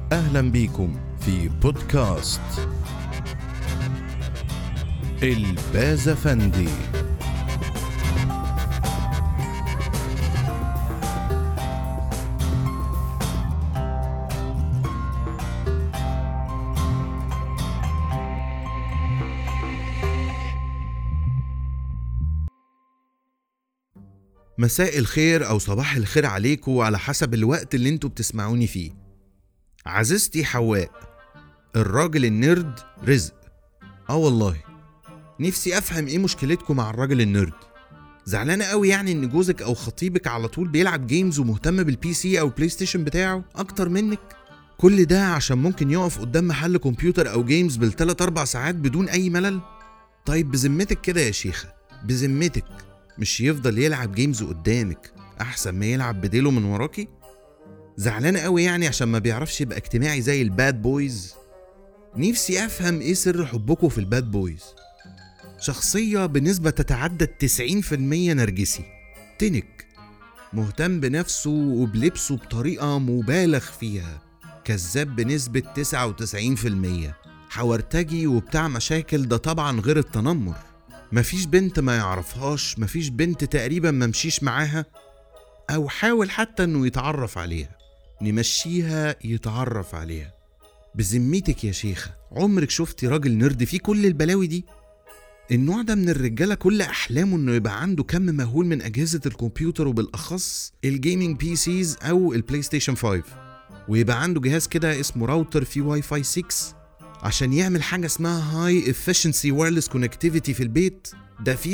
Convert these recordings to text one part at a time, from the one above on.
أهلا بيكم في بودكاست البازفندي. مساء الخير أو صباح الخير عليكم على حسب الوقت اللي انتوا بتسمعوني فيه. عزيزتي حواء، الراجل النيرد رزق. والله نفسي أفهم ايه مشكلتكم مع الراجل النيرد. زعلانة قوي يعني ان جوزك او خطيبك على طول بيلعب جيمز ومهتم بالبي سي او بلاي ستيشن بتاعه اكتر منك؟ كل ده عشان ممكن يقف قدام محل كمبيوتر او جيمز بال3-4 ساعات بدون اي ملل؟ طيب بذمتك كده يا شيخة، بذمتك مش يفضل يلعب جيمز قدامك احسن ما يلعب بديله من وراكي؟ زعلانة قوي يعني عشان ما بيعرفش يبقى اجتماعي زي الباد بويز؟ نفسي افهم ايه سر حبكم في الباد بويز. شخصية بنسبة تتعدى 90% نرجسي، تنك، مهتم بنفسه وبلبسه بطريقة مبالغ فيها، كذاب بنسبة 99%، حورتجي وبتاع مشاكل، ده طبعا غير التنمر. مفيش بنت ما يعرفهاش، مفيش بنت تقريبا ما مشيش معاها او حاول حتى انه يتعرف عليها، نمشيها يتعرف عليها. بذمتك يا شيخة عمرك شفتي راجل نرد فيه كل البلاوي دي؟ النوع ده من الرجالة كل احلامه انه يبقى عنده كم مهول من اجهزة الكمبيوتر وبالاخص الجيمنج بي سيز او البلاي ستيشن 5، ويبقى عنده جهاز كده اسمه راوتر فيه واي فاي 6 عشان يعمل حاجة اسمها هاي افيشنسي وايرلس كونكتيفيتي في البيت. ده فيه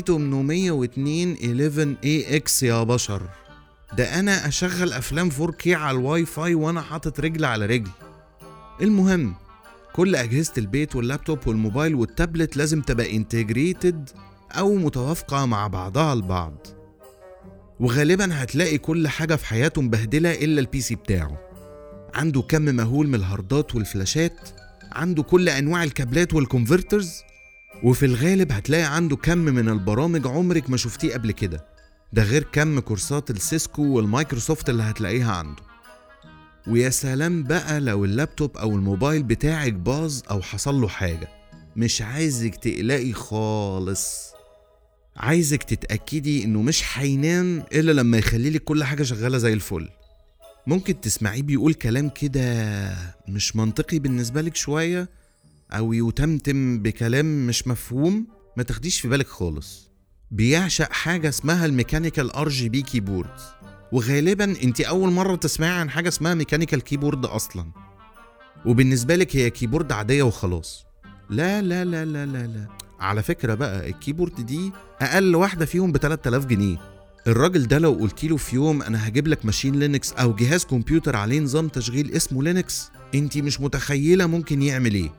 802 11AX يا بشر. ده انا اشغل افلام 4K على الواي فاي وانا حاطط رجل على رجل. المهم كل اجهزة البيت واللابتوب والموبايل والتابلت لازم تبقى انتجريتد او متوافقة مع بعضها البعض، وغالبا هتلاقي كل حاجة في حياته مبهدلة الا البي سي بتاعه. عنده كم مهول من الهاردات والفلاشات، عنده كل انواع الكابلات والكونفرترز، وفي الغالب هتلاقي عنده كم من البرامج عمرك ما شفتيه قبل كده. ده غير كم كورسات السيسكو والمايكروسوفت اللي هتلاقيها عنده. ويا سلام بقى لو اللابتوب او الموبايل بتاعك باظ او حصل له حاجة، مش عايزك تقلقي خالص، عايزك تتأكدي انه مش هينام الا لما يخليلك كل حاجة شغالة زي الفل. ممكن تسمعيه بيقول كلام كده مش منطقي بالنسبة لك شوية، او يتمتم بكلام مش مفهوم، ما تاخديش في بالك خالص. بيعشق حاجة اسمها الميكانيكال RGB كيبورد، وغالبا انت اول مرة تسمعي عن حاجة اسمها ميكانيكال كيبورد اصلا، وبالنسبة لك هي كيبورد عادية وخلاص. لا لا لا لا لا لا، على فكرة بقى الكيبورد دي اقل واحدة فيهم ب3000 جنيه. الراجل ده لو قلتيله في يوم انا هجيب لك ماشين لينكس او جهاز كمبيوتر عليه نظام تشغيل اسمه لينكس، انت مش متخيلة ممكن يعمل ايه.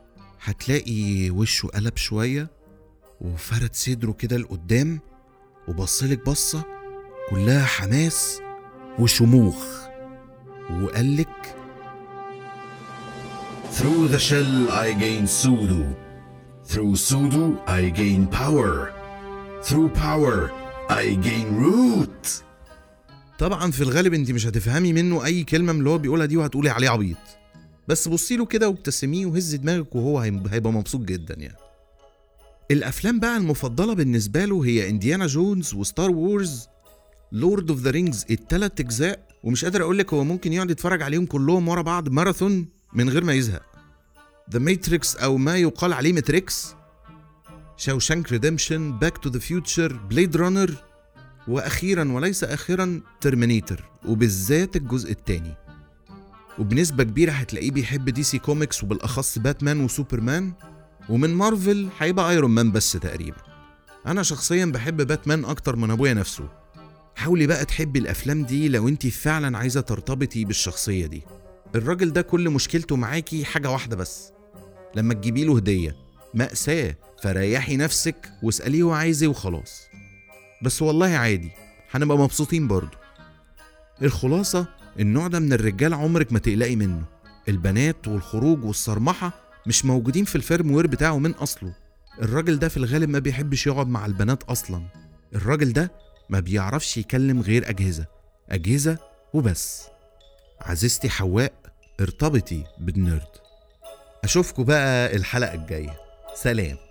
هتلاقي وشه قلب شوية وفرد صدره كده لقدام وبصلك بصة كلها حماس وشموخ وقالك Through the shell I gain pseudo. Through pseudo I gain power. Through power I gain root. طبعا في الغالب انت مش هتفهمي منه اي كلمة من اللي هو بيقولها دي وهتقولي عليه عبيط، بس بصيله كده وابتسميه وهز دماغك وهو هيبقى مبسوط جدا يعني. الافلام بقى المفضلة بالنسبة له هي انديانا جونز وستار وورز، لورد اوف ذا رينجز ال3 اجزاء، ومش قادر اقولك هو ممكن يقعد يتفرج عليهم كلهم ورا بعض ماراثون من غير ما يزهق. ذا ماتريكس او ما يقال عليه ماتريكس، شاوشانك ريديمشن، باك تو ذا فيوتشر، بليد رانر، واخيرا وليس اخيرا ترمينيتر، وبالذات الجزء الثاني. وبنسبة كبيرة هتلاقيه بيحب دي سي كوميكس وبالاخص باتمان وسوبرمان، ومن مارفل هيبقى ايرون مان بس تقريبا. انا شخصيا بحب باتمان اكتر من ابويا نفسه. حاولي بقى تحبي الافلام دي لو انتي فعلا عايزة ترتبطي بالشخصية دي. الراجل ده كل مشكلته معاكي حاجة واحدة بس، لما تجيبيله هدية مأساة، فريحي نفسك واسأليه هو عايز ايه وخلاص. بس والله عادي هنبقى مبسوطين برضو. الخلاصة النوع ده من الرجال عمرك ما تقلقي منه. البنات والخروج والصرمحة مش موجودين في الفيرموير بتاعه من أصله. الراجل ده في الغالب ما بيحبش يقعد مع البنات أصلا. الراجل ده ما بيعرفش يكلم غير أجهزة وبس. عزيزتي حواء، ارتبطي بالنرد. اشوفكوا بقى الحلقة الجاية. سلام.